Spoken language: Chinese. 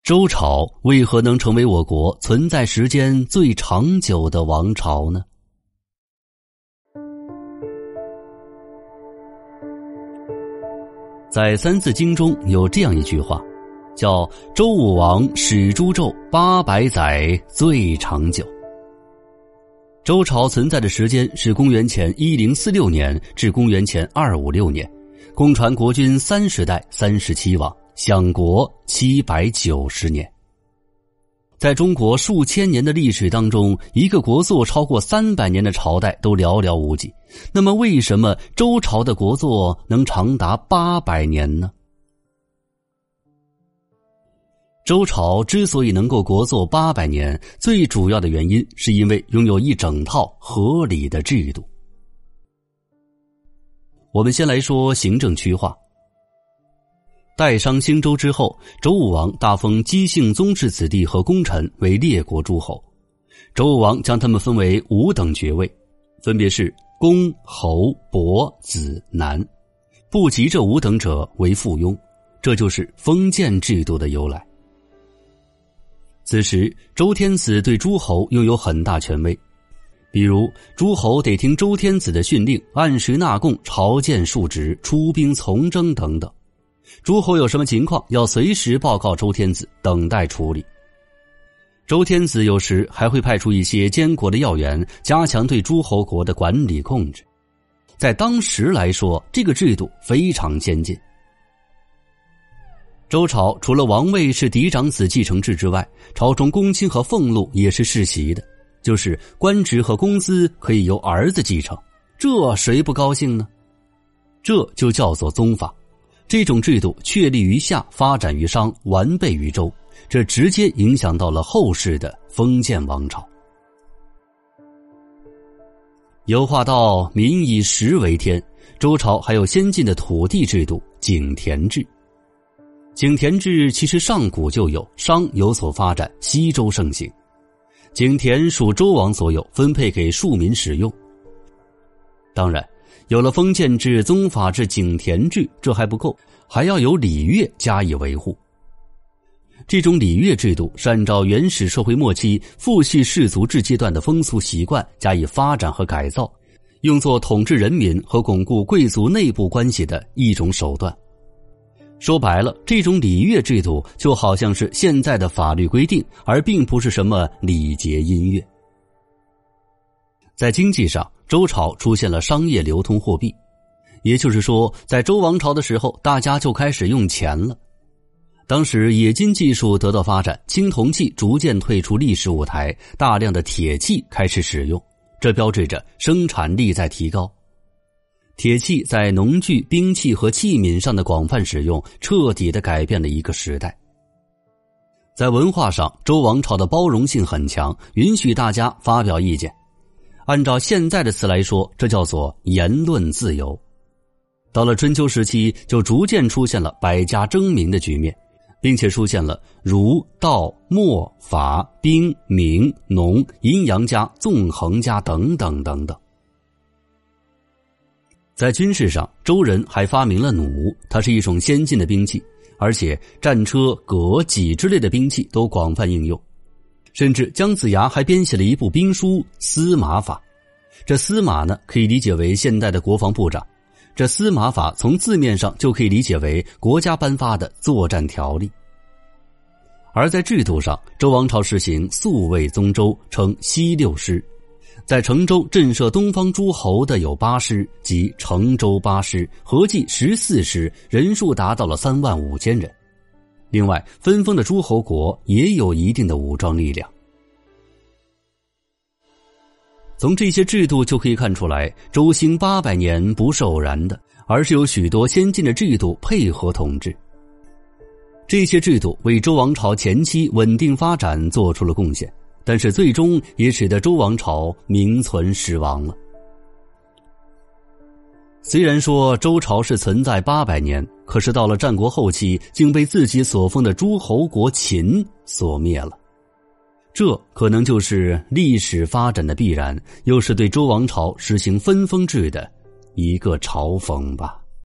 周朝为何能成为我国存在时间最长久的王朝呢？在《三字经》中有这样一句话，叫周武王始诛纣800载最长久。周朝存在的时间是公元前1046年至公元前256年，共传国君30代37王，享国790年。在中国数千年的历史当中，一个国祚超过300年的朝代都寥寥无几。那么为什么周朝的国祚能长达800年呢？周朝之所以能够国祚800年，最主要的原因是因为拥有一整套合理的制度。我们先来说行政区划。代商兴周之后，周武王大封姬姓宗室子弟和功臣为列国诸侯。周武王将他们分为5等爵位，分别是公、侯、伯、子、男。不及这5等者为附庸，这就是封建制度的由来。此时，周天子对诸侯拥有很大权威，比如诸侯得听周天子的训令，按时纳贡、朝见述职、出兵从征等等。诸侯有什么情况要随时报告周天子，等待处理。周天子有时还会派出一些监国的要员，加强对诸侯国的管理控制。在当时来说，这个制度非常先进。周朝除了王位是嫡长子继承制之外，朝中公卿和俸禄也是世袭的，就是官职和工资可以由儿子继承，这谁不高兴呢？这就叫做宗法。这种制度确立于夏，发展于商，完备于周，这直接影响到了后世的封建王朝。有话道民以食为天，周朝还有先进的土地制度井田制。井田制其实上古就有，商有所发展，西周盛行。井田属周王所有，分配给庶民使用。当然，有了封建制、宗法制、井田制，这还不够，还要有礼乐加以维护。这种礼乐制度是按照原始社会末期父系氏族制阶段的风俗习惯加以发展和改造，用作统治人民和巩固贵族内部关系的一种手段。说白了，这种礼乐制度就好像是现在的法律规定，而并不是什么礼节音乐。在经济上，周朝出现了商业流通货币，也就是说，在周王朝的时候，大家就开始用钱了。当时冶金技术得到发展，青铜器逐渐退出历史舞台，大量的铁器开始使用，这标志着生产力在提高。铁器在农具、兵器和器皿上的广泛使用，彻底地改变了一个时代。在文化上，周王朝的包容性很强，允许大家发表意见。按照现在的词来说，这叫做言论自由。到了春秋时期，就逐渐出现了百家争鸣的局面，并且出现了儒、道、墨、法、兵、民、农、阴阳家、纵横家等等等等。在军事上，周人还发明了弩，它是一种先进的兵器，而且战车、戈、戟之类的兵器都广泛应用。甚至姜子牙还编写了一部兵书《司马法》。这司马呢，可以理解为现代的国防部长。这司马法从字面上就可以理解为国家颁发的作战条例。而在制度上，周王朝实行宿卫宗周，称西六师。在成州震慑东方诸侯的有8师，即成州8师，合计14师，人数达到了35000人。另外，分封的诸侯国也有一定的武装力量。从这些制度就可以看出来，周兴800年不是偶然的，而是有许多先进的制度配合统治。这些制度为周王朝前期稳定发展做出了贡献，但是最终也使得周王朝名存实亡了。虽然说周朝是存在800年，可是到了战国后期，竟被自己所封的诸侯国秦所灭了。这可能就是历史发展的必然，又是对周王朝实行分封制的一个嘲讽吧。